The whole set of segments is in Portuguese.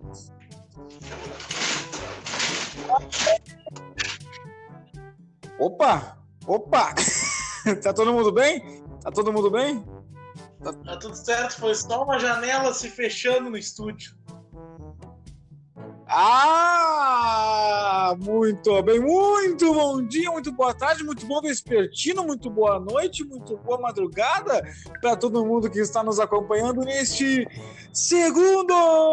Opa! Tá todo mundo bem? Tá todo mundo bem? Tá tudo certo, foi só uma janela se fechando no estúdio. Ah! Muito bem, muito bom dia, muito boa tarde, muito bom vespertino, muito boa noite, muito boa madrugada para todo mundo que está nos acompanhando neste segundo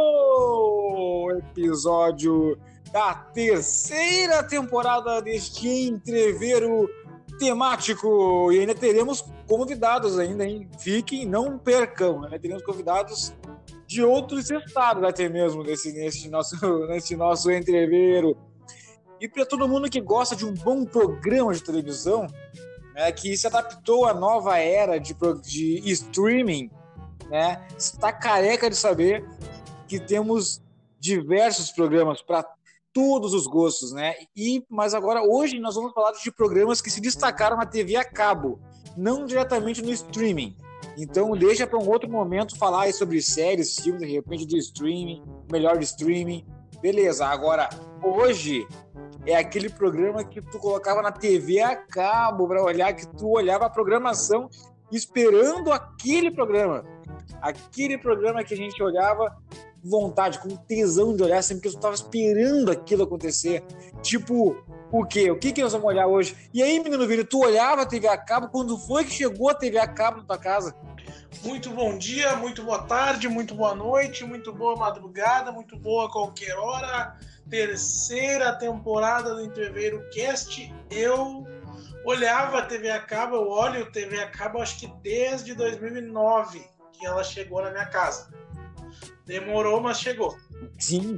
episódio da terceira temporada deste entreveiro temático. E ainda teremos convidados ainda, hein? Fiquem, não percam, ainda teremos convidados de outros estados até mesmo nesse nosso entreveiro. E para todo mundo que gosta de um bom programa de televisão, né, que se adaptou à nova era de streaming, né, está careca de saber que temos diversos programas para todos os gostos, né? Mas agora, hoje, nós vamos falar de programas que se destacaram na TV a cabo, não diretamente no streaming. Então, deixa para um outro momento falar aí sobre séries, filmes, de repente, de streaming, melhor de streaming. Beleza, agora, hoje é aquele programa que tu colocava na TV a cabo para olhar, que tu olhava a programação esperando aquele programa. Aquele programa que a gente olhava com vontade, com tesão de olhar, sempre que eu estava esperando aquilo acontecer. Tipo, o quê? O que nós vamos olhar hoje? E aí, menino Vini, tu olhava a TV a cabo? Quando foi que chegou a TV a cabo na tua casa? Muito bom dia, muito boa tarde, muito boa noite, muito boa madrugada, muito boa qualquer hora. Terceira temporada do Entreveiro Cast. Eu olhava a TV a cabo, eu olho a TV a cabo acho que desde 2009 que ela chegou na minha casa. Demorou, mas chegou. Sim.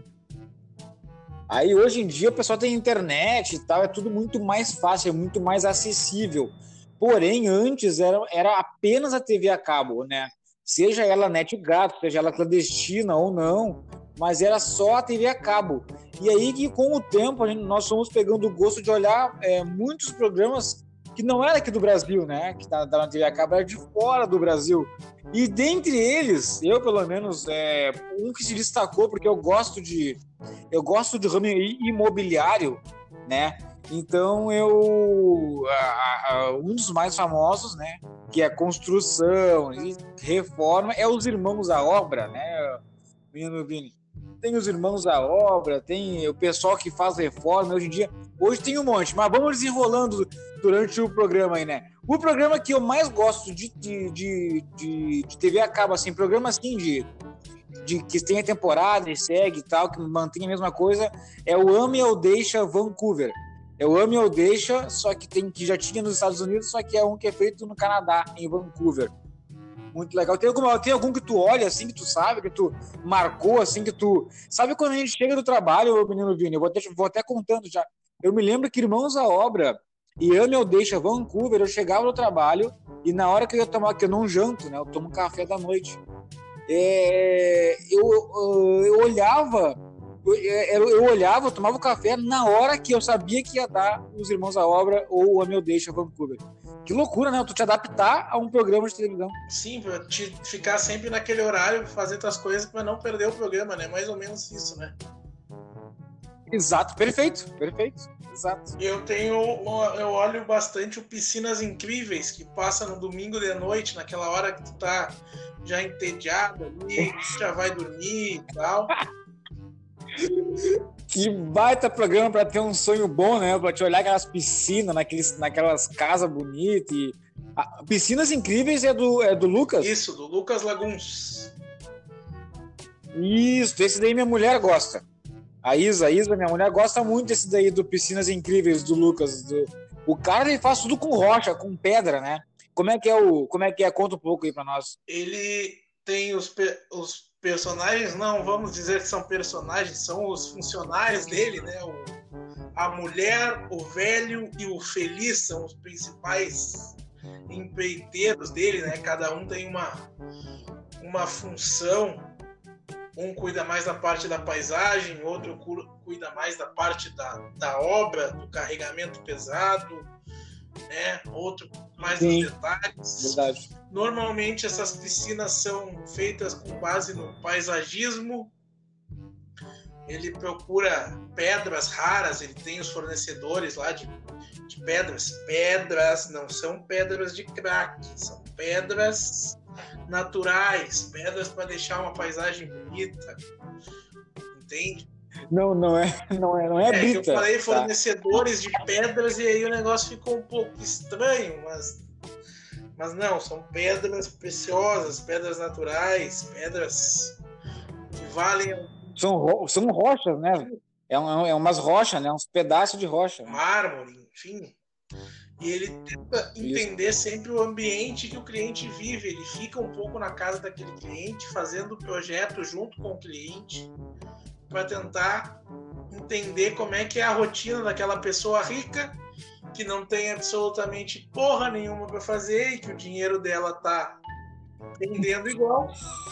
Aí hoje em dia o pessoal tem internet e tal, é tudo muito mais fácil, é muito mais acessível. Porém, antes era apenas a TV a cabo, né? Seja ela NetGato, seja ela clandestina ou não, mas era só a TV a cabo. E aí que com o tempo nós fomos pegando o gosto de olhar muitos programas que não era aqui do Brasil, né? Que tá na TV a cabo, era de fora do Brasil. E dentre eles, eu pelo menos, um que se destacou, porque eu gosto de ramo imobiliário, né? Então um dos mais famosos, né? Que é construção e reforma, é os Irmãos à Obra, né? Vini? Tem os Irmãos à Obra, tem o pessoal que faz reforma hoje em dia. Hoje tem um monte, mas vamos desenrolando durante o programa aí, né? O programa que eu mais gosto de TV a cabo, assim, programa assim de que tem a temporada e segue e tal, que mantém a mesma coisa, é o Ame ou Deixa Vancouver. É o Ame ou Deixa, só que que já tinha nos Estados Unidos, só que é um que é feito no Canadá, em Vancouver. Muito legal. Tem algum que tu olha, assim, que tu sabe, que tu marcou, assim, que tu... Sabe quando a gente chega do trabalho, menino Vini? Eu vou até contando já. Eu me lembro que Irmãos à Obra e Ame ou Deixa Vancouver, eu chegava no trabalho e na hora que eu ia tomar, que eu não janto, né? Eu tomo café da noite. Eu olhava, eu tomava o café na hora que eu sabia que ia dar os Irmãos à Obra ou o Ame ou Deixa Vancouver. Que loucura, né? Tu te adaptar a um programa de televisão. Sim, pra te ficar sempre naquele horário, fazer tuas coisas pra não perder o programa, né? Mais ou menos isso, né? Exato, perfeito, exato. Eu olho bastante o Piscinas Incríveis, que passa no domingo de noite, naquela hora que tu tá já entediado ali, já vai dormir e tal. Que baita programa para ter um sonho bom, né? Para te olhar aquelas piscinas, naquelas casas bonitas. Piscinas Incríveis é do Lucas? Isso, do Lucas Laguns. Isso, esse daí minha mulher gosta. A Isa, minha mulher, gosta muito desse daí do Piscinas Incríveis do Lucas. O cara, ele faz tudo com rocha, com pedra, né? Como é que é? Conta um pouco aí pra nós. Ele tem os personagens, não vamos dizer que são personagens, são os funcionários dele, né? A mulher, o velho e o feliz são os principais empreiteiros dele, né? Cada um tem uma função. Um cuida mais da parte da paisagem, outro cuida mais da parte da obra, do carregamento pesado, né? Outro mais dos detalhes. Verdade. Normalmente essas piscinas são feitas com base no paisagismo ele procura pedras raras, ele tem os fornecedores lá de pedras. Pedras não são pedras de crack, são pedras naturais, pedras para deixar uma paisagem bonita, entende? Não é brita. Que eu falei tá? Fornecedores de pedras e aí o negócio ficou um pouco estranho, mas não, são pedras preciosas, pedras naturais, pedras que valem... São rochas, né? É umas rochas, né? Uns pedaços de rocha. Mármore, enfim. E ele tenta entender sempre o ambiente que o cliente vive. Ele fica um pouco na casa daquele cliente, fazendo o projeto junto com o cliente, para tentar entender como é que é a rotina daquela pessoa rica, que não tem absolutamente porra nenhuma para fazer e que o dinheiro dela tá rendendo igual.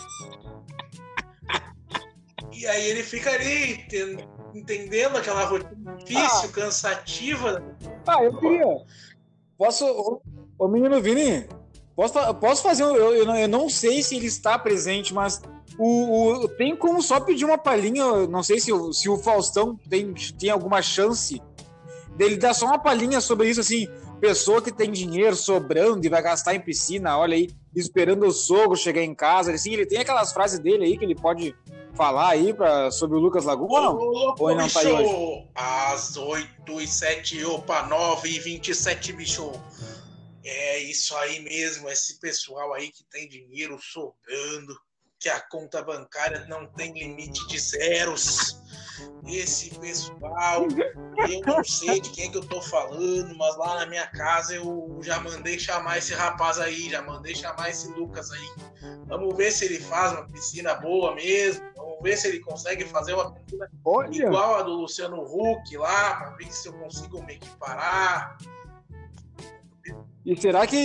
E aí ele fica ali entendendo aquela rotina difícil, cansativa. Eu queria. Posso, ô menino Vini, posso fazer, eu não sei se ele está presente, mas tem como só pedir uma palhinha, não sei se o Faustão tem alguma chance dele dar só uma palhinha sobre isso, assim, pessoa que tem dinheiro sobrando e vai gastar em piscina, olha aí, esperando o sogro chegar em casa, assim, ele tem aquelas frases dele aí que ele pode falar aí sobre o Lucas Laguna? Ou ele não tá aí hoje? Às 8h07, opa, 9h27, bicho. É isso aí mesmo, esse pessoal aí que tem dinheiro sobrando, que a conta bancária não tem limite de zeros. Esse pessoal, eu não sei de quem que eu tô falando, mas lá na minha casa eu já mandei chamar esse rapaz aí, já mandei chamar esse Lucas aí. Vamos ver se ele faz uma piscina boa mesmo, vamos ver se ele consegue fazer uma piscina igual a do Luciano Huck lá, para ver se eu consigo me equiparar. E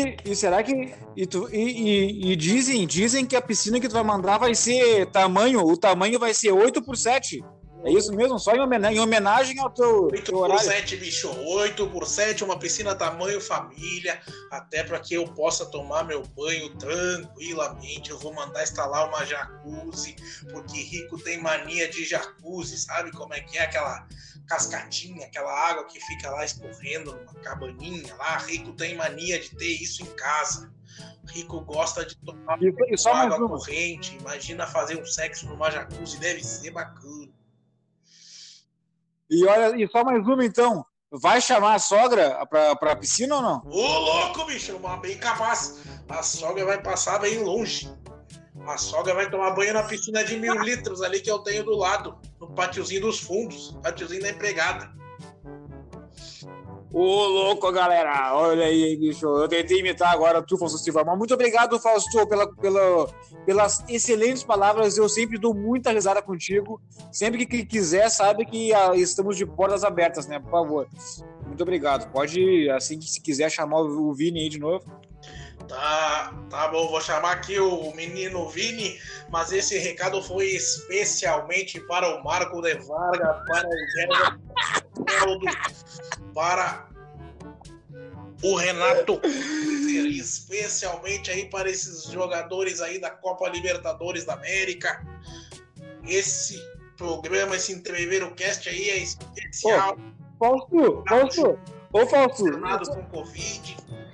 dizem que a piscina que tu vai mandar vai ser o tamanho vai ser 8x7. É isso mesmo? Só em homenagem ao teu 8x7, bicho. 8x7, uma piscina tamanho família, até para que eu possa tomar meu banho tranquilamente. Eu vou mandar instalar uma jacuzzi, porque rico tem mania de jacuzzi, sabe como é que é aquela cascatinha, aquela água que fica lá escorrendo numa cabaninha lá. Rico tem mania de ter isso em casa. Rico gosta de tomar água corrente. Imagina fazer um sexo numa jacuzzi, deve ser bacana. E só mais uma então. Vai chamar a sogra pra piscina ou não? Ô, louco, bicho, bem capaz. A sogra vai passar bem longe. A sogra vai tomar banho na piscina de 1.000 litros ali que eu tenho do lado, no pátiozinho dos fundos, pátiozinho da empregada. Ô, louco, galera. Olha aí, bicho. Eu tentei imitar agora tu, Fausto Silva. Mas muito obrigado, Fausto, pelas excelentes palavras. Eu sempre dou muita risada contigo. Sempre que quiser, sabe que estamos de portas abertas, né? Por favor. Muito obrigado. Pode, assim que se quiser, chamar o Vini aí de novo. Tá bom, vou chamar aqui o menino Vini, mas esse recado foi especialmente para o Marco de Vargas, para o Geraldo, para o Renato, especialmente aí para esses jogadores aí da Copa Libertadores da América. Esse programa, esse Entreveiro Cast aí é especial. Fausto! Com Covid.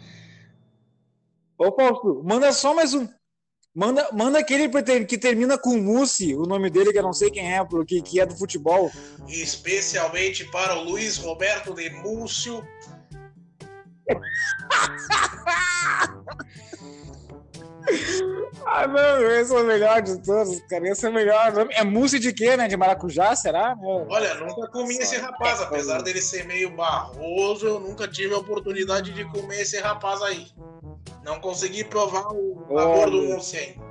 Ô, Fausto, manda só mais um. Manda aquele que termina com Mussi, o nome dele, que eu não sei quem é, que é do futebol. Especialmente para o Luiz Roberto de Múcio. Não, esse é o melhor de todos, cara. Esse é o melhor. É mousse de quê, né? De maracujá, será? Olha, nunca comi esse rapaz. Apesar dele ser meio barroso, eu nunca tive a oportunidade de comer esse rapaz aí. Não consegui provar o sabor do mousse ainda.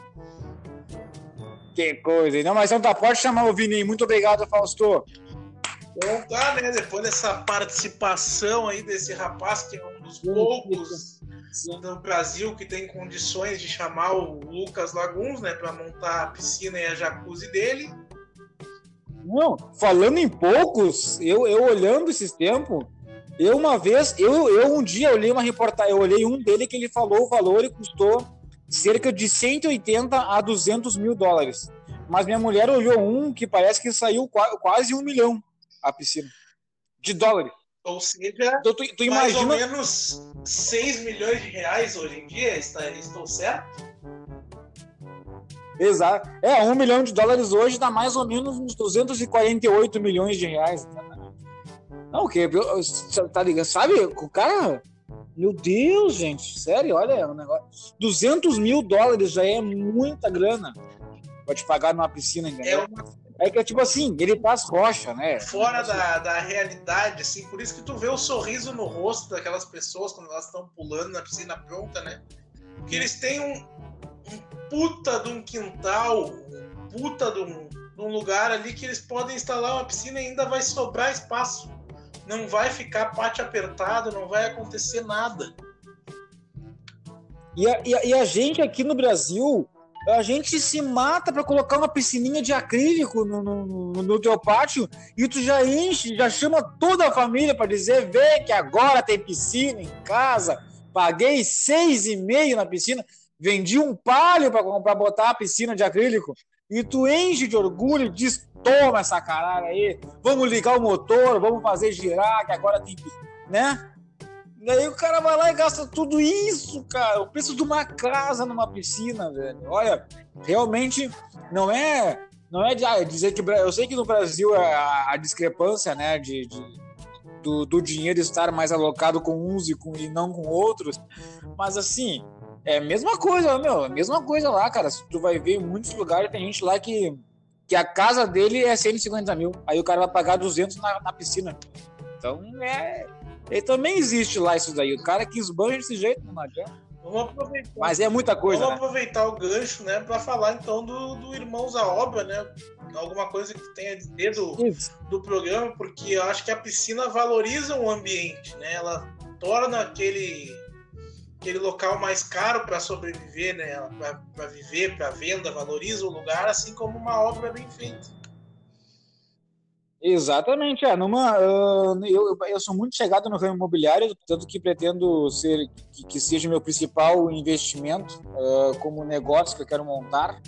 Que coisa. Não, mas então tá, pode chamar o Vini. Muito obrigado, Fausto. Então tá, né? Depois dessa participação aí desse rapaz, que é um dos poucos do Brasil que tem condições de chamar o Lucas Laguns, né? Pra montar a piscina e a jacuzzi dele. Não, falando em poucos, eu olhando esses tempos, um dia olhei uma reportagem, eu olhei um dele que ele falou o valor e custou cerca de 180 a 200 mil dólares. Mas minha mulher olhou um que parece que saiu quase 1 milhão a piscina. De dólares. Ou seja, então, tu mais imagina... ou menos 6 milhões de reais hoje em dia, estou certo? Exato. 1 milhão de dólares hoje dá mais ou menos uns 248 milhões de reais. Não, o que? Tá ligado? Sabe? O cara... Meu Deus, gente. Sério, olha o negócio. 200 mil dólares já é muita grana pra te pagar numa piscina, entendeu? É que, tipo assim, ele faz rocha, né? Fora da realidade, assim. Por isso que tu vê o sorriso no rosto daquelas pessoas quando elas estão pulando na piscina pronta, né? Porque eles têm um puta de um quintal, um puta de um lugar ali que eles podem instalar uma piscina e ainda vai sobrar espaço. Não vai ficar pátio apertado, não vai acontecer nada. E a gente aqui no Brasil, a gente se mata para colocar uma piscininha de acrílico no teu pátio e tu já enche, já chama toda a família para dizer, vê que agora tem piscina em casa, paguei 6,5 na piscina, vendi um palio para botar a piscina de acrílico e tu enche de orgulho e diz, toma essa caralho aí, vamos ligar o motor, vamos fazer girar, que agora tem, né? E aí o cara vai lá e gasta tudo isso, cara, o preço de uma casa numa piscina, velho. Olha, realmente não é de dizer que... Eu sei que no Brasil a discrepância, né, do dinheiro estar mais alocado com uns e não com outros, mas assim, é a mesma coisa, meu, a mesma coisa lá, cara. Se tu vai ver em muitos lugares, tem gente lá que a casa dele é 150 mil, aí o cara vai pagar 200 na piscina. Então, também existe lá isso daí. O cara que esbanja desse jeito, não adianta. Vamos aproveitar. Mas é muita coisa, Vamos aproveitar o gancho, né, para falar então do Irmãos à Obra, né? Alguma coisa que tu tenha a dizer do programa, porque eu acho que a piscina valoriza o ambiente, né? Ela torna aquele local mais caro para sobreviver, né? Para viver, para venda, valoriza o lugar, assim como uma obra bem feita. Exatamente, eu sou muito chegado no ramo imobiliário, tanto que pretendo que seja meu principal investimento como negócio que eu quero montar,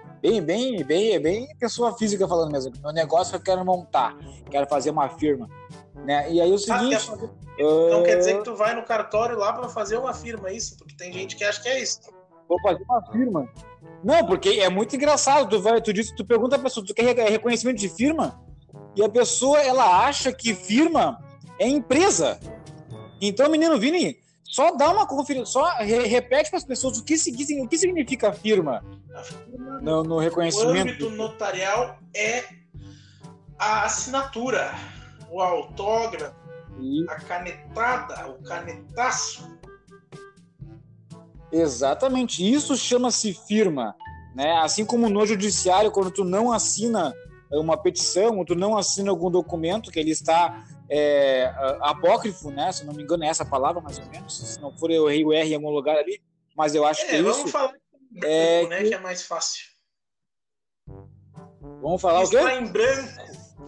bem pessoa física falando mesmo, meu negócio que eu quero montar, quero fazer uma firma, né? E aí o seguinte... Não quer dizer que tu vai no cartório lá para fazer uma firma, é isso? Porque tem gente que acha que é isso. Vou fazer uma firma? Não, porque é muito engraçado, tu pergunta a pessoa, tu quer reconhecimento de firma? E a pessoa, ela acha que firma é empresa. Então, menino Vini, só dá uma conferência, só repete para as pessoas o que significa firma. A firma no reconhecimento. No âmbito notarial é a assinatura, o autógrafo, a canetada, o canetaço. Exatamente, isso chama-se firma, né? Assim como no judiciário, quando tu não assina uma petição, ou tu não assina algum documento que ele está apócrifo, né? Se não me engano é essa palavra, mais ou menos. Se não for, eu errei o R em algum lugar ali, mas eu acho que é isso. Vamos falar em branco, né? Que é mais fácil. Vamos falar o quê? Está em branco.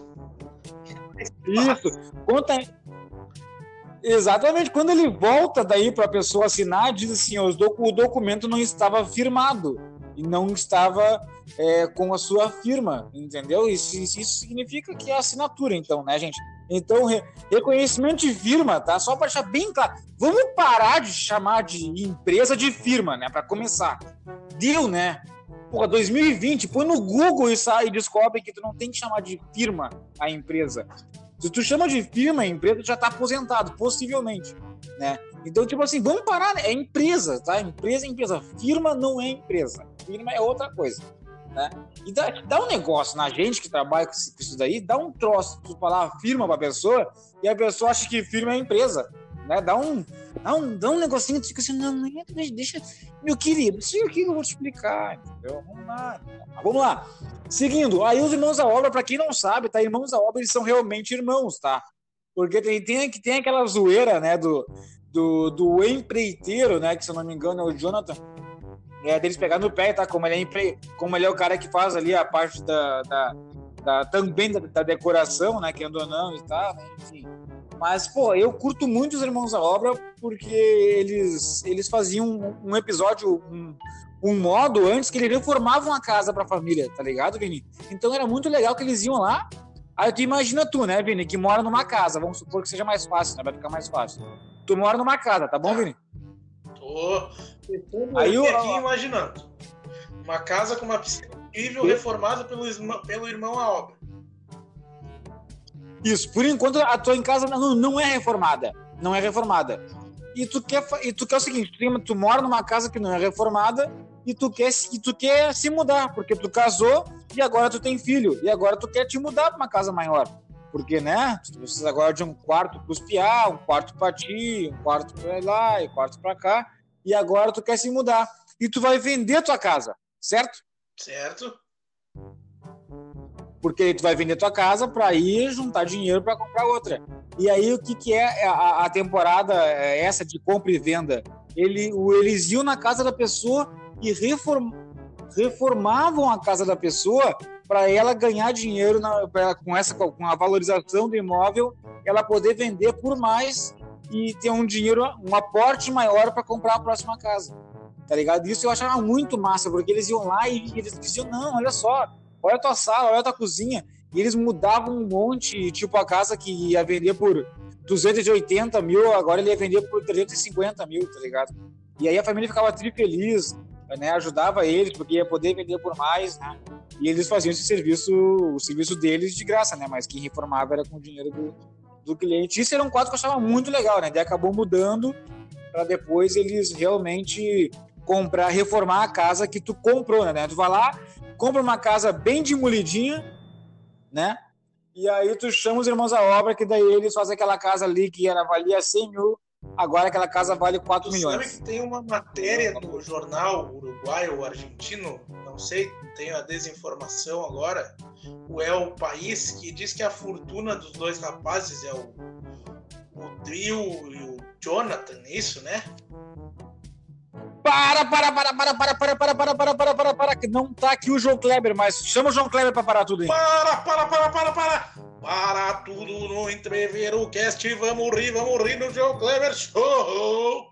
Isso. Conta. Exatamente. Quando ele volta daí para a pessoa assinar, diz assim, o documento não estava firmado e não estava com a sua firma, entendeu? Isso significa que é assinatura, então, né, gente? Então, reconhecimento de firma, tá? Só para deixar bem claro. Vamos parar de chamar de empresa de firma, né? Para começar. Deu, né? Porra, 2020, põe no Google e descobre que tu não tem que chamar de firma a empresa. Se tu chama de firma a empresa, tu já tá aposentado, possivelmente, né? Então, tipo assim, vamos parar, né? É empresa, tá? Empresa é empresa. Firma não é empresa. Firma é outra coisa, né? E dá um negócio na gente que trabalha com isso daí, dá um troço, tu falar firma pra pessoa e a pessoa acha que firma é empresa, né? Dá um negocinho, tu fica assim, não, deixa, meu querido, isso aqui eu vou te explicar, entendeu? Vamos lá. Seguindo, aí os Irmãos à Obra, pra quem não sabe, tá? Irmãos à Obra, eles são realmente irmãos, tá? Porque tem aquela zoeira, né, do empreiteiro, né, que se eu não me engano é o Jonathan, deles pegar no pé, tá? Como ele é o cara que faz ali a parte também da decoração, né, que andou não e tal, né? Enfim. Mas, pô, eu curto muito os Irmãos à Obra porque eles faziam um episódio, um modo antes que eles reformavam a casa pra família, tá ligado, Vini? Então era muito legal que eles iam lá. Aí tu imagina tu, né, Vini, que mora numa casa. Vamos supor que seja mais fácil, né? Vai ficar mais fácil. Tu mora numa casa, tá bom, Vini? Tô Aí aqui imaginando. Uma casa com uma piscina incrível reformada pelo irmão à obra. Isso, por enquanto a tua em casa não é reformada. Não é reformada. E tu quer o seguinte, tu mora numa casa que não é reformada e tu quer se mudar, porque tu casou e agora tu tem filho. E agora tu quer te mudar pra uma casa maior. Porque, né? Tu precisa agora de um quarto pros piá, um quarto pra ti, um quarto pra lá e um quarto pra cá. E agora tu quer se mudar. E tu vai vender tua casa, certo? Certo. Porque tu vai vender tua casa para ir juntar dinheiro para comprar outra. E aí o que é a temporada essa de compra e venda? Eles iam na casa da pessoa e reformavam a casa da pessoa para ela ganhar dinheiro com a valorização do imóvel, ela poder vender por mais e ter um dinheiro, um aporte maior para comprar a próxima casa. Tá ligado? Isso eu achava muito massa, porque eles iam lá e eles diziam, não, olha só, olha a tua sala, olha a tua cozinha. E eles mudavam um monte, tipo a casa que ia vender por 280 mil, agora ele ia vender por 350 mil, tá ligado? E aí a família ficava feliz, né? Ajudava eles, porque ia poder vender por mais, né? E eles faziam esse serviço, o serviço deles de graça, né? Mas quem reformava era com o dinheiro do cliente. Isso era um quadro que eu achava muito legal, né? Daí acabou mudando para depois eles realmente reformar a casa que tu comprou, né? Tu vai lá, compra uma casa bem demolidinha, né? E aí tu chama os Irmãos à Obra, que daí eles fazem aquela casa ali que valia 100 mil, agora aquela casa vale 4 milhões. Sabe que tem uma matéria no jornal uruguaio ou argentino, não sei, tenho a desinformação agora, o El País, que diz que a fortuna dos dois rapazes é o Drill e o Jonathan, isso, né? Para, que não tá aqui o João Kleber, mas chama o João Kleber para parar tudo aí. Para tudo no Entrevero Cast, vamos rir no João Kleber Show.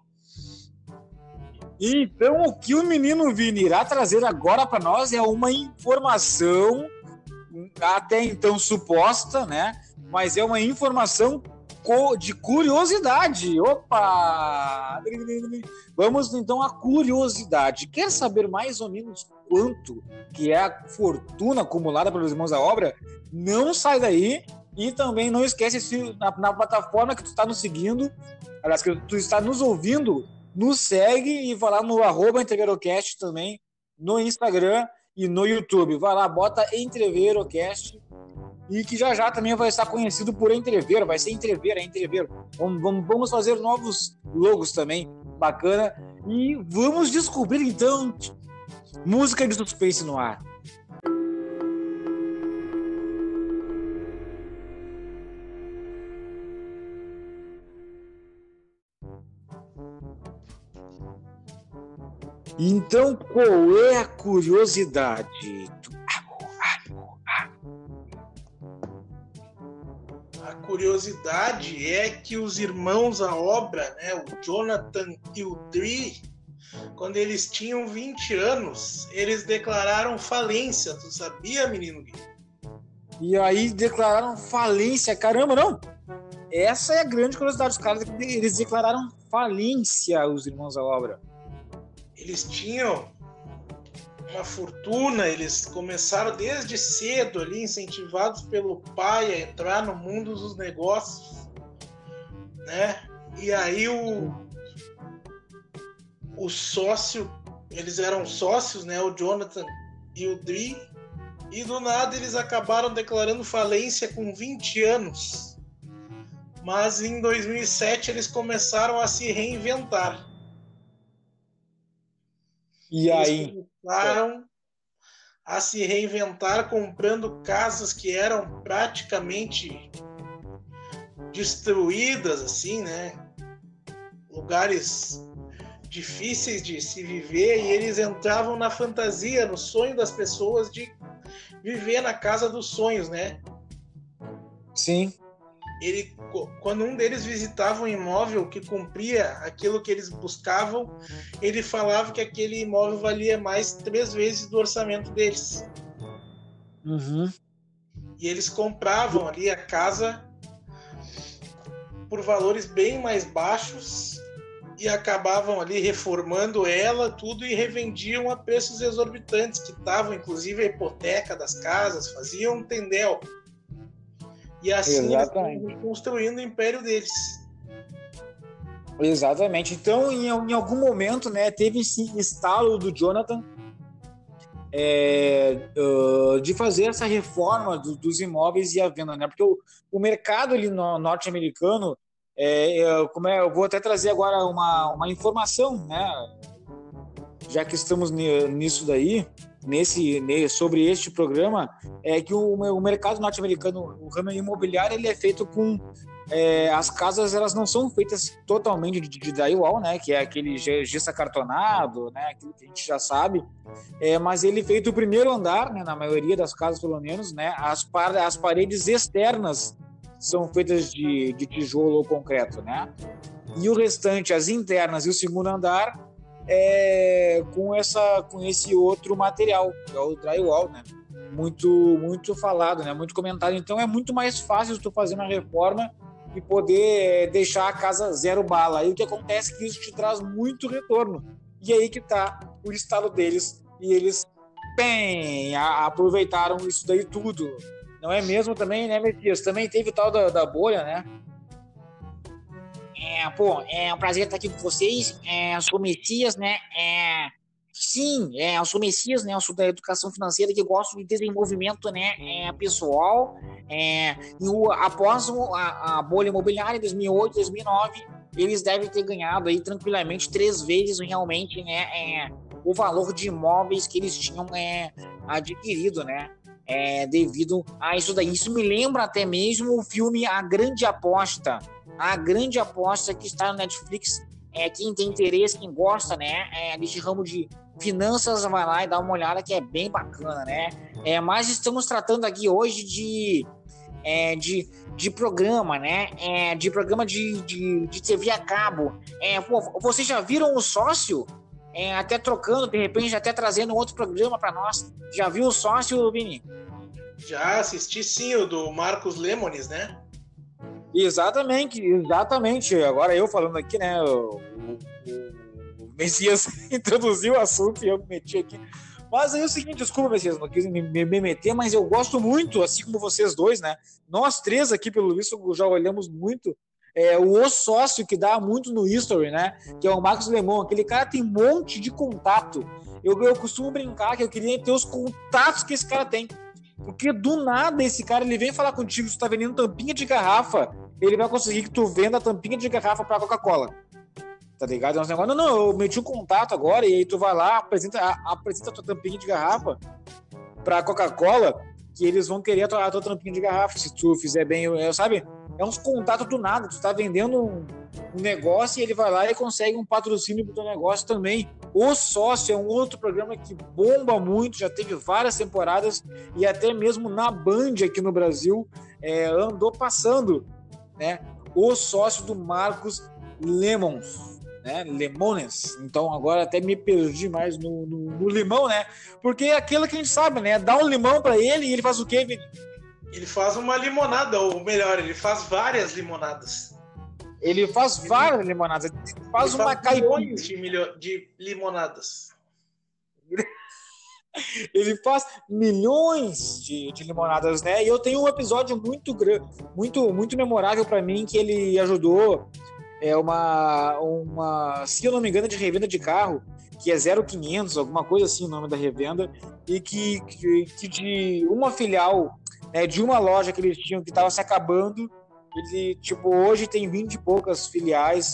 Então, o que o menino Vini irá trazer agora para nós é uma informação, até então suposta, né? Mas é uma informação de curiosidade. Opa! Vamos então à curiosidade. Quer saber mais ou menos quanto que é a fortuna acumulada pelos Irmãos à Obra? Não sai daí e também não esquece na plataforma que tu está nos seguindo, aliás, que tu está nos ouvindo, nos segue e vai lá no @EntreveroCast também no Instagram e no YouTube. Vai lá, bota EntreveroCast e que já também vai estar conhecido por Entrevero, vai ser Entrevero. Vamos fazer novos logos também, bacana. E vamos descobrir, então, música de suspense no ar. Então, qual é a curiosidade? A curiosidade é que os Irmãos à Obra, né, o Jonathan e o Dri, quando eles tinham 20 anos, eles declararam falência. Tu sabia, menino Gui? E aí declararam falência. Caramba, não! Essa é a grande curiosidade. Os caras, eles declararam falência, os Irmãos à Obra. Eles tinham uma fortuna, eles começaram desde cedo ali, incentivados pelo pai a entrar no mundo dos negócios, né? E aí o sócio, eles eram sócios, né? O Jonathan e o Dri, e do nada eles acabaram declarando falência com 20 anos. Mas em 2007 eles começaram a se reinventar. E aí começaram a se reinventar comprando casas que eram praticamente destruídas, assim, né? Lugares difíceis de se viver, e eles entravam na fantasia, no sonho das pessoas de viver na casa dos sonhos, né? Sim. quando um deles visitava um imóvel que cumpria aquilo que eles buscavam, ele falava que aquele imóvel valia mais 3 vezes do orçamento deles. Uhum. E eles compravam ali a casa por valores bem mais baixos e acabavam ali reformando ela, tudo, e revendiam a preços exorbitantes, que estavam inclusive a hipoteca das casas, faziam um tendel. E assim eles estão construindo o império deles. Exatamente. Então, em algum momento, né, teve esse estalo do Jonathan de fazer essa reforma dos imóveis e a venda, né? Porque o mercado ali norte-americano, eu vou até trazer agora uma informação, né? Já que estamos nisso daí, sobre este programa, é que o mercado norte-americano, o ramo imobiliário, ele é feito com as casas, elas não são feitas totalmente de drywall, né, que é aquele gesso acartonado, né, aquilo que a gente já sabe, mas ele é feito o primeiro andar, né, na maioria das casas pelo menos, né, as paredes externas são feitas de tijolo ou concreto, né, e o restante, as internas e o segundo andar, com esse outro material, que é o drywall, né? Muito falado, né? Muito comentado. Então é muito mais fácil tu fazer uma reforma e poder deixar a casa zero bala. Aí o que acontece é que isso te traz muito retorno. E aí que tá o estalo deles. E eles aproveitaram isso daí tudo. Não é mesmo também, né, Messias? Também teve o tal da bolha, né? É um prazer estar aqui com vocês. Eu sou o Messias, né? Sim, eu sou o Messias, né? Eu sou da educação financeira, que gosto de desenvolvimento, né? Pessoal. Após a bolha imobiliária em 2008, 2009, eles devem ter ganhado aí tranquilamente 3 vezes realmente, né? O valor de imóveis que eles tinham adquirido, né? Devido a isso daí. Isso me lembra até mesmo o filme A Grande Aposta. A Grande Aposta, que está no Netflix. Quem tem interesse, quem gosta, né, desse ramo de finanças, vai lá e dá uma olhada, que é bem bacana, né? Mas estamos tratando aqui hoje de programa, né? De programa de TV a cabo. Vocês já viram o Sócio? Até trocando, de repente, até trazendo outro programa para nós. Já viu o Sócio, Vini? Já assisti, sim, o do Marcos Lemones, né? Exatamente. Agora eu falando aqui, né? O Messias introduziu o assunto e eu me meti aqui. Mas aí é o seguinte, desculpa, Messias, não quis me meter, mas eu gosto muito, assim como vocês dois, né? Nós três aqui, pelo visto, já olhamos muito. O Sócio, que dá muito no History, né? Que é o Marcos Lemon. Aquele cara tem um monte de contato. Eu costumo brincar que eu queria ter os contatos que esse cara tem. Porque do nada esse cara, ele vem falar contigo, se tu tá vendendo tampinha de garrafa, ele vai conseguir que tu venda a tampinha de garrafa pra Coca-Cola. Tá ligado? É um negócio, não, eu meti um contato agora, e aí tu vai lá, apresenta a tua tampinha de garrafa pra Coca-Cola, que eles vão querer a tua tampinha de garrafa, se tu fizer bem, sabe? É uns contatos do nada, tu tá vendendo um negócio e ele vai lá e consegue um patrocínio pro teu negócio também. O Sócio é um outro programa que bomba muito, já teve várias temporadas e até mesmo na Band aqui no Brasil andou passando, né? O Sócio do Marcos Lemons, né? Lemones. Então agora até me perdi mais no limão, né? Porque é aquilo que a gente sabe, né? Dá um limão para ele e ele faz o quê, Vini? Ele faz uma limonada, ou melhor, ele faz várias limonadas. Ele faz várias limonadas. Ele faz uma caipirinha de limonadas. Ele faz milhões de limonadas, né? E eu tenho um episódio muito memorável para mim, que ele ajudou se eu não me engano, de revenda de carro, que é 0500, alguma coisa assim o nome da revenda, e que de uma filial, né, de uma loja que eles tinham que estava se acabando, ele, tipo, hoje tem 20 e poucas filiais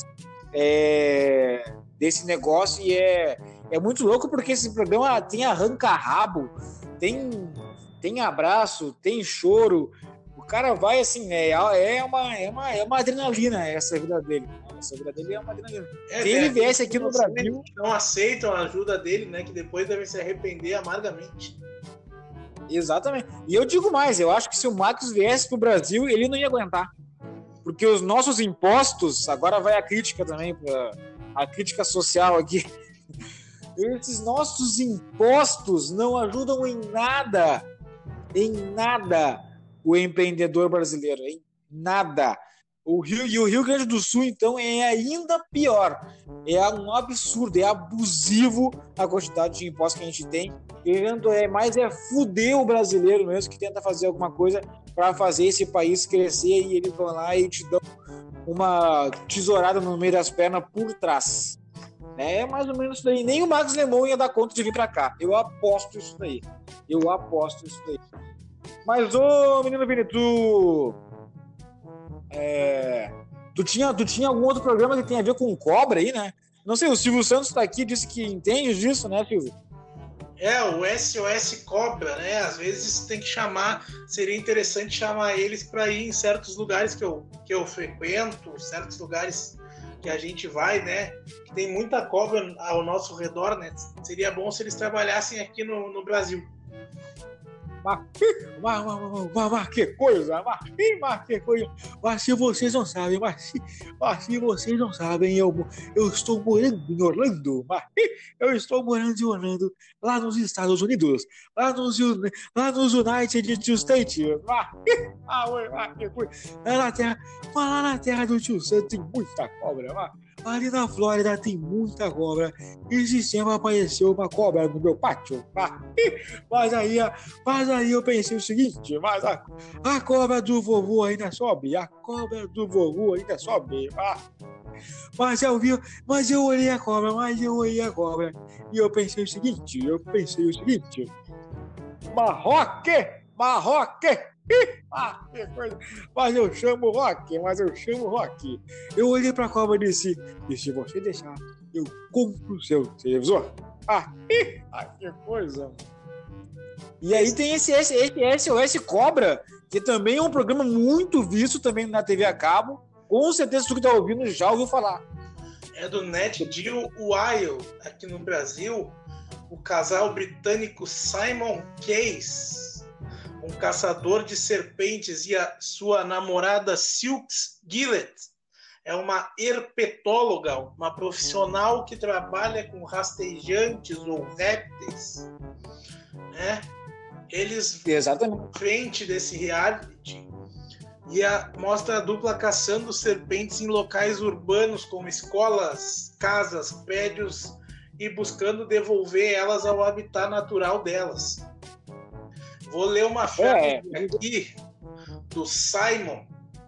desse negócio, e é muito louco, porque esse programa tem arranca-rabo, tem abraço, tem choro, o cara vai assim, é uma adrenalina essa vida dele. Essa vida dele é uma adrenalina. Se ele viesse aqui no Brasil... Não aceitam a ajuda dele, né, que depois devem se arrepender amargamente. Exatamente. E eu digo mais, eu acho que se o Marcos viesse pro Brasil, ele não ia aguentar. porque os nossos impostos, agora vai a crítica também, a crítica social aqui, esses nossos impostos não ajudam em nada o empreendedor brasileiro, em nada. O Rio Grande do Sul, então, é ainda pior. É um absurdo, é abusivo a quantidade de impostos que a gente tem. Mas é fuder o brasileiro mesmo que tenta fazer alguma coisa para fazer esse país crescer e eles vão lá e te dão uma tesourada no meio das pernas por trás. É mais ou menos isso daí. Nem o Marcos Lemon ia dar conta de vir para cá. Eu aposto isso daí. Mas, ô, menino Vini, tu tinha algum outro programa que tem a ver com cobra aí, né? Não sei, o Silvio Santos tá aqui, disse que entende disso, né, Silvio? O SOS Cobra, né? Às vezes tem que chamar, seria interessante chamar eles para ir em certos lugares que eu frequento, certos lugares que a gente vai, né? Que tem muita cobra ao nosso redor, né? Seria bom se eles trabalhassem aqui no Brasil. Mas que coisa, mas se vocês não sabem, eu estou morando em Orlando, eu estou morando em Orlando, lá nos Estados Unidos, lá nos United States, que coisa, lá na terra do tio Sam tem muita cobra, ali na Flórida tem muita cobra. Esse tempo apareceu uma cobra no meu pátio. Mas aí eu pensei o seguinte, mas a cobra do vovô ainda sobe. Mas eu olhei a cobra. E eu pensei o seguinte. Marroque! Que coisa. Mas eu chamo Rock. Eu olhei pra cobra e disse, e se você deixar, eu compro o seu televisor. Que coisa. E aí tem esse SOS Cobra, que também é um programa muito visto também na TV a cabo. Com certeza tu que tá ouvindo já ouviu falar. É do NetGeo Wild, aqui no Brasil. O casal britânico Simon Case, um caçador de serpentes, e a sua namorada Silks Gillett é uma herpetóloga, uma profissional que trabalha com rastejantes ou répteis, né? Eles Exatamente. à frente desse reality e mostra a dupla caçando serpentes em locais urbanos como escolas, casas, prédios e buscando devolver elas ao habitat natural delas. Vou ler uma frase aqui do Simon.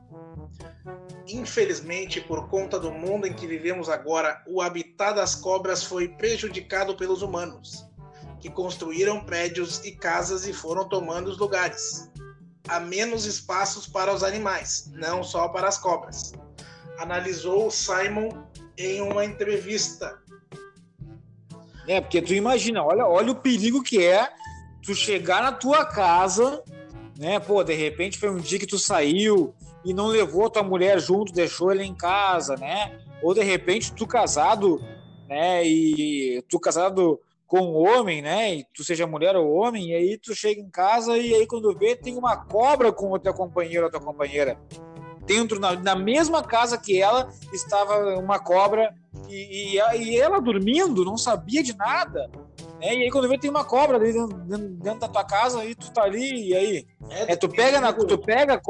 Infelizmente, por conta do mundo em que vivemos agora, o habitat das cobras foi prejudicado pelos humanos, que construíram prédios e casas e foram tomando os lugares. Há menos espaços para os animais, não só para as cobras. Analisou Simon em uma entrevista. Porque tu imagina, olha o perigo que é tu chegar na tua casa, né? Pô, de repente foi um dia que tu saiu e não levou a tua mulher junto, deixou ela em casa, né? Ou de repente tu casado, né? E tu casado com um homem, né? E tu seja mulher ou homem, e aí tu chega em casa e aí quando vê tem uma cobra com o teu companheiro ou tua companheira. Dentro, na mesma casa que ela, estava uma cobra e ela dormindo, não sabia de nada. E aí quando vê tem uma cobra dentro da tua casa e tu tá ali, e aí? Tu pega a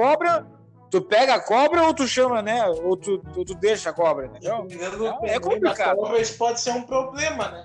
cobra ou tu chama, né? Ou tu deixa a cobra, entendeu? É complicado. Isso pode ser um problema, né?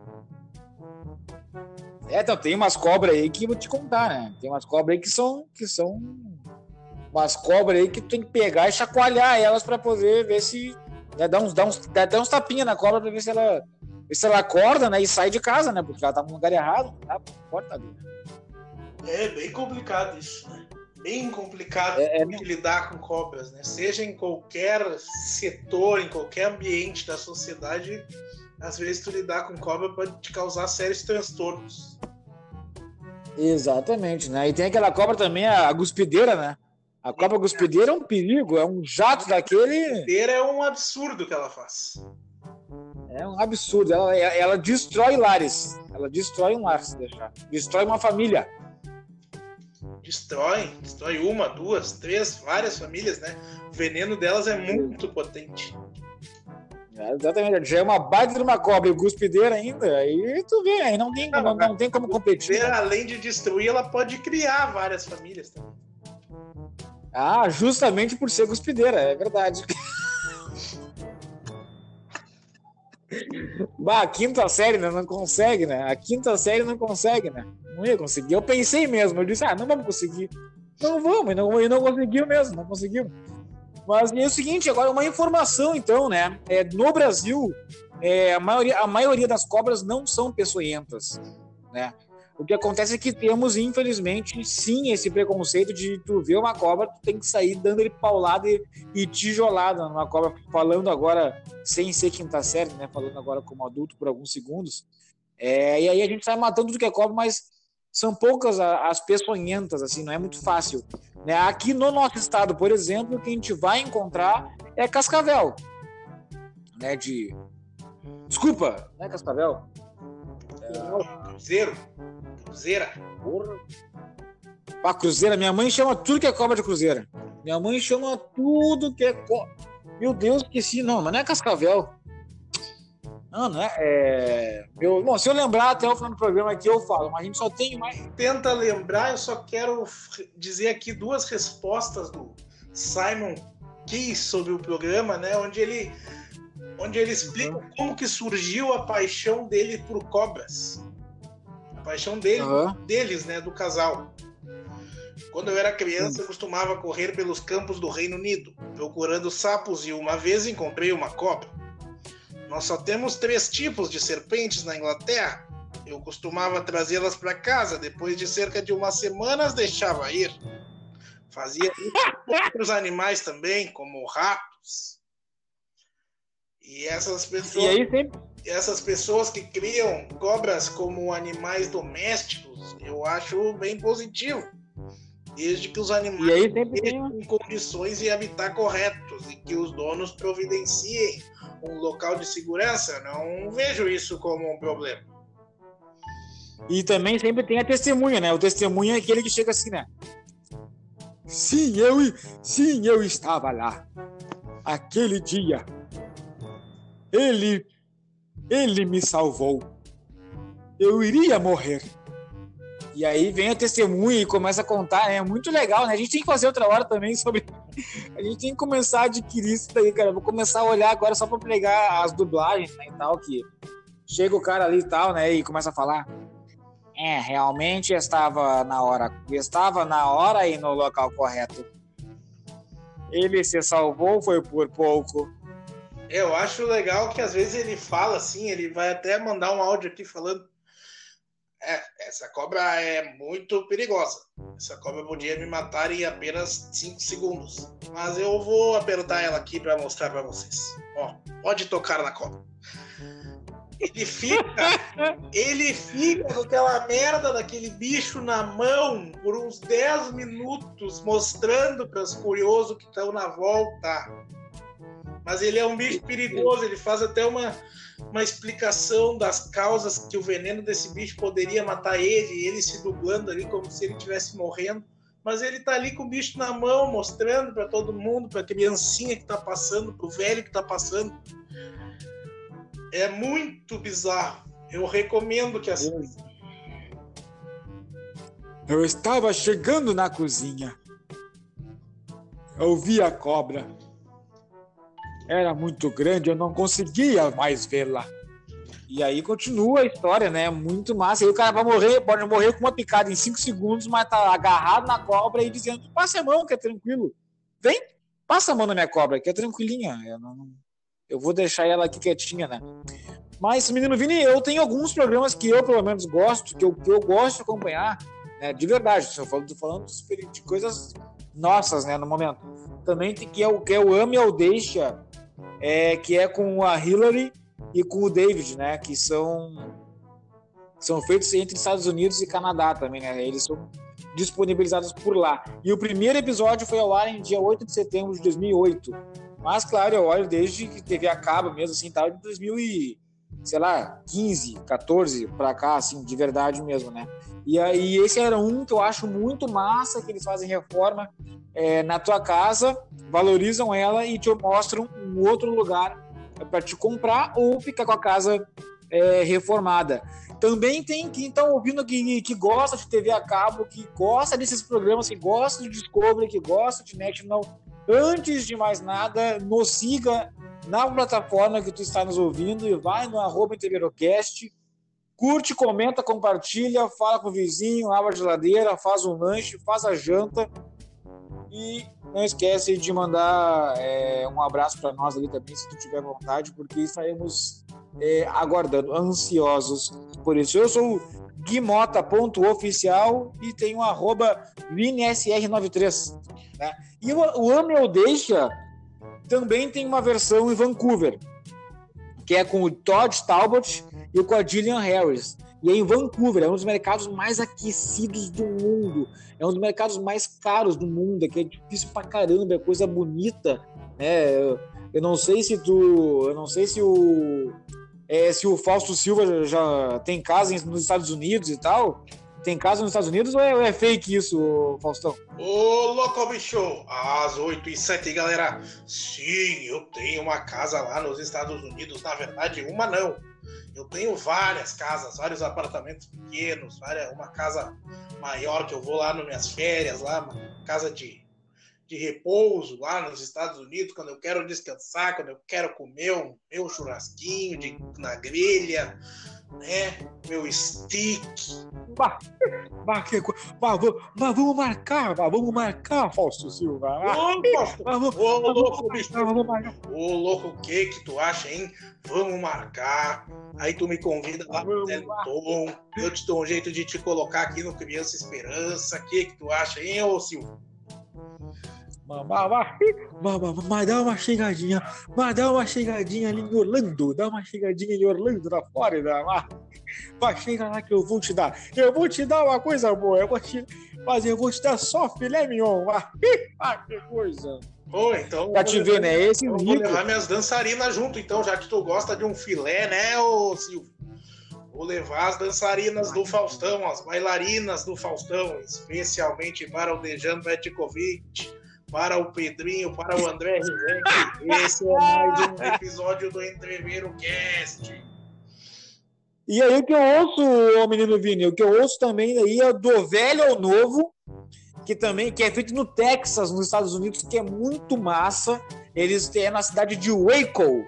Então tem umas cobras aí que vou te contar, né? Tem umas cobras aí que são umas cobras aí que tu tem que pegar e chacoalhar elas pra poder ver se dá uns tapinhas na cobra pra ver se ela acorda, né, e sai de casa, né, porque ela tá no lugar errado, tá? Porta ali. É bem complicado isso, né? Bem complicado lidar com cobras, né? Seja em qualquer setor, em qualquer ambiente da sociedade, às vezes tu lidar com cobra pode te causar sérios transtornos. Exatamente, né? E tem aquela cobra também, a guspideira, né? A cobra guspideira é um perigo, é um jato daquele... A guspideira é um absurdo que ela faz. É um absurdo. Ela destrói lares. Ela destrói um lar, se deixar. Destrói uma família. Destrói uma, duas, três, várias famílias, né? O veneno delas é muito potente. Exatamente, já é uma baita de uma cobra e cuspideira ainda, aí tu vê, aí não tem como competir. Além de destruir, ela pode criar várias famílias também. Justamente por ser cuspideira, é verdade. A quinta série, né? Não consegue, né? A quinta série não consegue, né? Não ia conseguir. Eu pensei mesmo, eu disse, não vamos conseguir. Não vamos, e não conseguiu mesmo, não conseguiu. Mas é o seguinte, agora uma informação, então, né? No Brasil, a maioria das cobras não são peçonhentas, né? O que acontece é que temos, infelizmente, sim, esse preconceito de tu ver uma cobra, tu tem que sair dando ele paulada e tijolada numa cobra, falando agora, sem ser quinta série, né? Falando agora como adulto por alguns segundos. E aí a gente sai matando tudo que é cobra, mas são poucas as peçonhentas, assim, não é muito fácil. Né? Aqui no nosso estado, por exemplo, o que a gente vai encontrar é cascavel. Né? Desculpa, não é cascavel? Cruzeira. Porra. Cruzeira, minha mãe chama tudo que é cobra de cruzeira. Minha mãe chama tudo que é cobra. Meu Deus, esqueci. Não, mas não é cascavel. Não é. Bom, se eu lembrar até o final do programa aqui, eu falo, mas a gente só tem mais. Tenta lembrar, eu só quero dizer aqui duas respostas do Simon Key sobre o programa, né? Onde ele explica como que surgiu a paixão dele por cobras. A paixão deles, né? Do casal. Quando eu era criança, eu costumava correr pelos campos do Reino Unido, procurando sapos, e uma vez encontrei uma cobra. Nós só temos 3 tipos de serpentes na Inglaterra. Eu costumava trazê-las para casa. Depois de cerca de umas semanas, deixava ir. Fazia isso com outros animais também, como ratos. E essas pessoas que criam cobras como animais domésticos, eu acho bem positivo. Desde que os animais tenham condições e habitat corretos e que os donos providenciem um local de segurança, não vejo isso como um problema. E também sempre tem a testemunha, né? O testemunha é aquele que chega assim, né? Sim, eu estava lá. Aquele dia. Ele me salvou. Eu iria morrer. E aí vem a testemunha e começa a contar, né? É muito legal, né? A gente tem que fazer outra hora também sobre... A gente tem que começar a adquirir isso daí, cara. Vou começar a olhar agora só pra pegar as dublagens, né, e tal, que chega o cara ali e tal, né, e começa a falar. Realmente estava na hora e no local correto. Ele se salvou, foi por pouco. Eu acho legal que às vezes ele fala assim, ele vai até mandar um áudio aqui falando: essa cobra é muito perigosa. Essa cobra podia me matar em apenas 5 segundos. Mas eu vou apertar ela aqui para mostrar para vocês. Ó, pode tocar na cobra. Ele fica com aquela merda daquele bicho na mão por uns 10 minutos, mostrando para os curiosos que estão na volta. Mas ele é um bicho perigoso, ele faz até uma explicação das causas que o veneno desse bicho poderia matar ele se dublando ali como se ele estivesse morrendo. Mas ele tá ali com o bicho na mão, mostrando para todo mundo, para a criancinha que tá passando, para o velho que tá passando. É muito bizarro. Eu recomendo que assista. Eu estava chegando na cozinha. Eu vi a cobra. Era muito grande, eu não conseguia mais vê-la. E aí continua a história, né? Muito massa. Aí o cara pode morrer com uma picada em 5 segundos, mas tá agarrado na cobra e dizendo: passa a mão, que é tranquilo. Vem, passa a mão na minha cobra, que é tranquilinha. Eu vou deixar ela aqui quietinha, né? Mas, menino Vini, eu tenho alguns programas que eu, pelo menos, gosto, que eu gosto de acompanhar, né? De verdade. Estou falando de coisas nossas, né? No momento. Também tem que é o Ame ou Deixa, que é com a Hillary e com o David, né? Que são feitos entre Estados Unidos e Canadá também, né? Eles são disponibilizados por lá. E o primeiro episódio foi ao ar em dia 8 de setembro de 2008. Mas, claro, eu olho desde que TV acaba mesmo, assim, tal, de 2000 sei lá, 15, 14 pra cá, assim, de verdade mesmo, né? E aí esse era um que eu acho muito massa, que eles fazem reforma na tua casa, valorizam ela e te mostram um outro lugar para te comprar ou ficar com a casa reformada. Também tem quem está ouvindo que gosta de TV a cabo, que gosta desses programas, que gosta de Discovery, que gosta de National. Antes de mais nada, nos siga na plataforma que tu está nos ouvindo e vai no @entreverocast, curte, comenta, compartilha, fala com o vizinho, abre a geladeira, faz um lanche, faz a janta e não esquece de mandar um abraço para nós ali também, se tu tiver vontade, porque estaremos aguardando, ansiosos por isso. Eu sou o guimota.oficial e tenho @vinsr93, né? E o Ame ou Deixa também tem uma versão em Vancouver, que é com o Todd Talbot e com a Gillian Harris. E é em Vancouver, é um dos mercados mais aquecidos do mundo, é um dos mercados mais caros do mundo, que é difícil pra caramba, é coisa bonita, né? Eu não sei se o Fausto Silva já tem casa nos Estados Unidos e tal. Tem casa nos Estados Unidos ou é fake isso, Faustão? Ô, louco, bicho! Às 8h07, galera. Sim, eu tenho uma casa lá nos Estados Unidos. Na verdade, uma não. Eu tenho várias casas, vários apartamentos pequenos, uma casa maior que eu vou lá nas minhas férias, lá, uma casa de repouso lá nos Estados Unidos, quando eu quero descansar, quando eu quero comer o meu churrasquinho na grelha, né? Meu steak. Mas vamos marcar, Fausto Silva. Ô, louco, o que tu acha, hein? Vamos marcar. Aí tu me convida lá pro Teleton. Eu te dou um jeito de te colocar aqui no Criança Esperança. O que tu acha, hein, ô Silva? Mas dá uma chegadinha ali em Orlando, na Flórida, mas chega lá que eu vou te dar uma coisa boa, eu vou te dar só filé mignon, que coisa. Pô, então pra te ver, né, esse eu vou levar minhas dançarinas junto, então, já que tu gosta de um filé, né, ô Silvio? Vou levar as dançarinas do Faustão, as bailarinas do Faustão, especialmente para o Dejan Petkovic, para o Pedrinho, para o André Rizek. Esse é mais um episódio do Entreveiro Cast. E aí o que eu ouço, menino Vini, o que eu ouço também aí é do Velho ao Novo, que é feito no Texas, nos Estados Unidos, que é muito massa. Eles têm na cidade de Waco,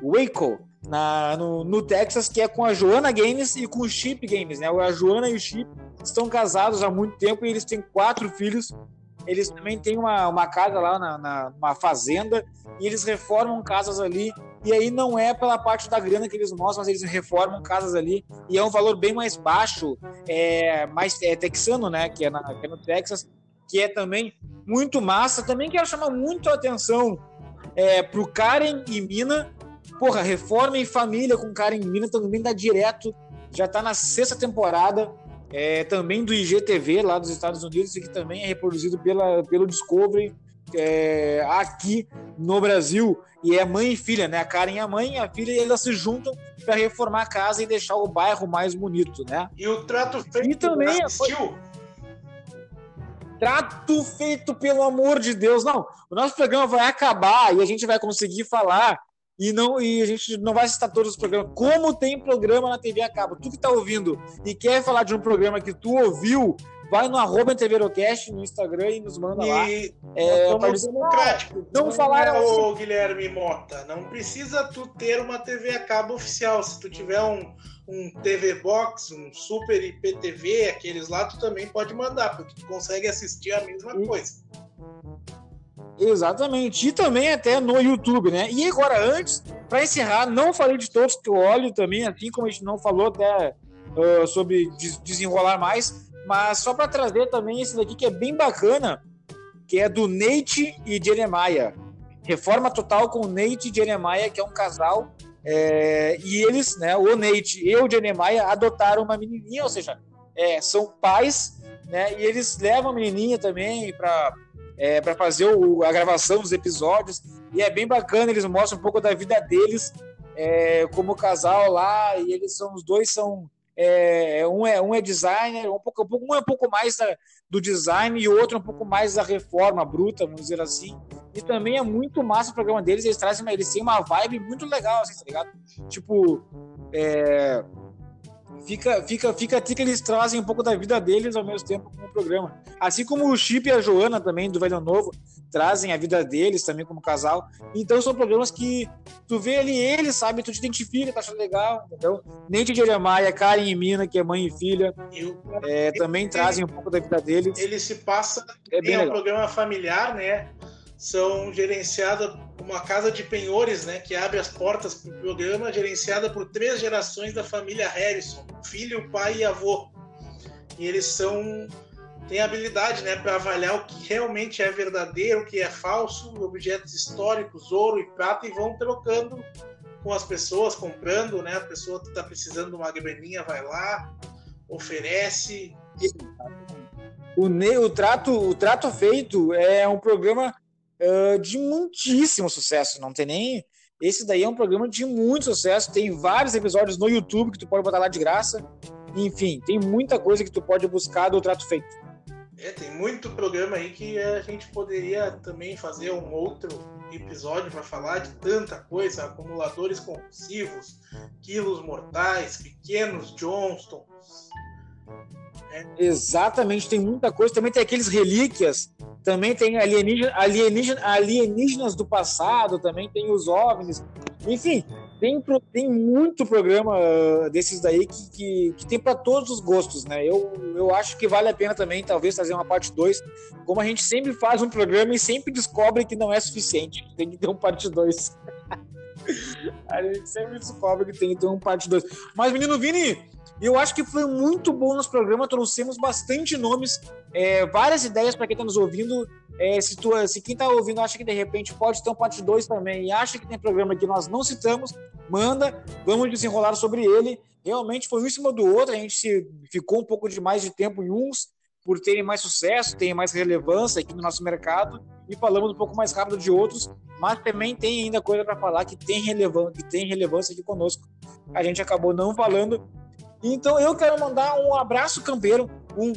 no Texas, que é com a Joanna Gaines e com o Chip Gaines, né? A Joanna e o Chip estão casados há muito tempo e eles têm 4 filhos. Eles também têm uma casa lá numa fazenda e eles reformam casas ali. E aí não é pela parte da grana que eles mostram, mas eles reformam casas ali e é um valor bem mais baixo, mais texano, né? Que é no Texas, que é também muito massa. Também quero chamar muito a atenção pro Karen e Mina. Porra, Reforma em Família com Karen e Mina também dá direto. Já tá na 6ª temporada. Também do IGTV lá dos Estados Unidos e que também é reproduzido pelo Discovery aqui no Brasil, e é mãe e filha, né? A Karen é a mãe, a filha, e elas se juntam para reformar a casa e deixar o bairro mais bonito, né? E o Trato Feito, e também assistiu? Trato Feito, pelo amor de Deus, não, o nosso programa vai acabar e a gente vai conseguir falar e a gente não vai citar todos os programas. Como tem programa na TV a cabo, tu que tá ouvindo e quer falar de um programa que tu ouviu, vai no @entreverocast no Instagram e nos manda lá. Democrático. Não falaram ô Guilherme Mota, não precisa tu ter uma TV a cabo oficial. Se tu tiver um TV Box, um Super IPTV, aqueles lá, tu também pode mandar, porque tu consegue assistir a mesma coisa. Exatamente, e também até no YouTube, né? E agora, antes, para encerrar, não falei de todos que eu olho também, assim como a gente não falou até sobre desenrolar mais, mas só para trazer também esse daqui que é bem bacana, que é do Nate e Jeremiah. Reforma Total com o Nate e Jeremiah, que é um casal, e eles, né, o Nate e o Jeremiah adotaram uma menininha, ou seja, são pais, né? E eles levam a menininha também para fazer a gravação dos episódios, e é bem bacana, eles mostram um pouco da vida deles, como casal lá, e os dois são um é designer, um é um pouco mais do design e o outro é um pouco mais da reforma bruta, vamos dizer assim. E também é muito massa o programa deles, eles têm uma vibe muito legal, assim, tá ligado? Tipo, fica até que eles trazem um pouco da vida deles ao mesmo tempo com o programa. Assim como o Chip e a Joana também, do Velho Novo, trazem a vida deles também como casal. Então são programas que tu vê ali eles, sabe? Tu te identifica, tá achando legal, entendeu? Nente de Jeremiah, Karen e Mina, que é mãe e filha, também trazem um pouco da vida deles. Ele se passa em um programa familiar, né? São gerenciadas uma casa de penhores, né, que abre as portas para o programa, gerenciada por 3 gerações da família Harrison, filho, pai e avô. E eles têm habilidade, né, para avaliar o que realmente é verdadeiro, o que é falso, objetos históricos, ouro e prata, e vão trocando com as pessoas, comprando, né, a pessoa que está precisando de uma graninha vai lá, oferece. O Trato Feito é um programa de muitíssimo sucesso, não tem nem... Esse daí é um programa de muito sucesso, tem vários episódios no YouTube que tu pode botar lá de graça, enfim, tem muita coisa que tu pode buscar do Trato Feito. Tem muito programa aí que a gente poderia também fazer um outro episódio para falar de tanta coisa, acumuladores compulsivos, quilos mortais, pequenos Johnstons. Exatamente, tem muita coisa, também tem aqueles relíquias, também tem alienígenas do passado, também tem os OVNIs, enfim, tem muito programa desses daí que tem para todos os gostos, né? Eu acho que vale a pena também, talvez, fazer uma parte 2, como a gente sempre faz um programa e sempre descobre que não é suficiente, tem que ter um parte 2. A gente sempre descobre que tem que ter um parte 2. Mas, menino Vini, eu acho que foi muito bom nosso programa, trouxemos bastante nomes, várias ideias para quem está nos ouvindo. Se quem está ouvindo acha que de repente pode ter um parte 2 também e acha que tem programa que nós não citamos, manda, vamos desenrolar sobre ele. Realmente foi um em cima do outro, a gente ficou um pouco de mais de tempo em uns, por terem mais sucesso, terem mais relevância aqui no nosso mercado, e falamos um pouco mais rápido de outros, mas também tem ainda coisa para falar que tem relevância aqui conosco. A gente acabou não falando. Então eu quero mandar um abraço campeiro, um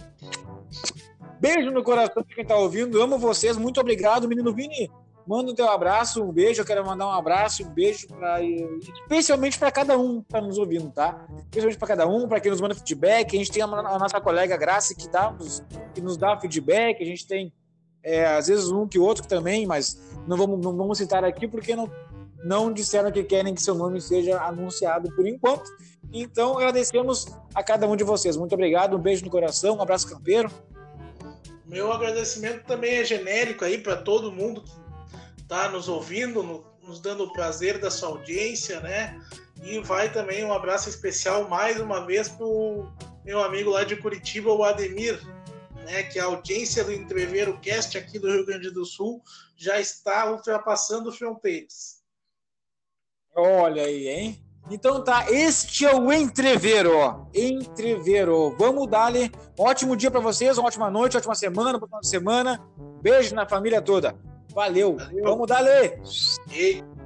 beijo no coração de quem está ouvindo, amo vocês, muito obrigado, menino Vini, manda o teu abraço, um beijo, eu quero mandar um abraço, um beijo especialmente para cada um que está nos ouvindo, tá? Especialmente para cada um, para quem nos manda feedback, a gente tem a nossa colega Graça que nos dá feedback, a gente tem às vezes um que outro também, mas não vamos citar aqui porque não disseram que querem que seu nome seja anunciado por enquanto. Então, agradecemos a cada um de vocês. Muito obrigado, um beijo no coração, um abraço campeiro. Meu agradecimento também é genérico aí para todo mundo que está nos ouvindo, nos dando o prazer da sua audiência, né? E vai também um abraço especial mais uma vez para o meu amigo lá de Curitiba, o Ademir, né? Que a audiência do Entreveiro Cast aqui do Rio Grande do Sul já está ultrapassando fronteiras. Olha aí, hein? Então tá, este é o Entreveiro, ó. Entreveiro. Vamos dar-lhe um ótimo dia para vocês, uma ótima noite, ótima semana, próxima semana. Beijo na família toda. Valeu. Vamos dar-lhe.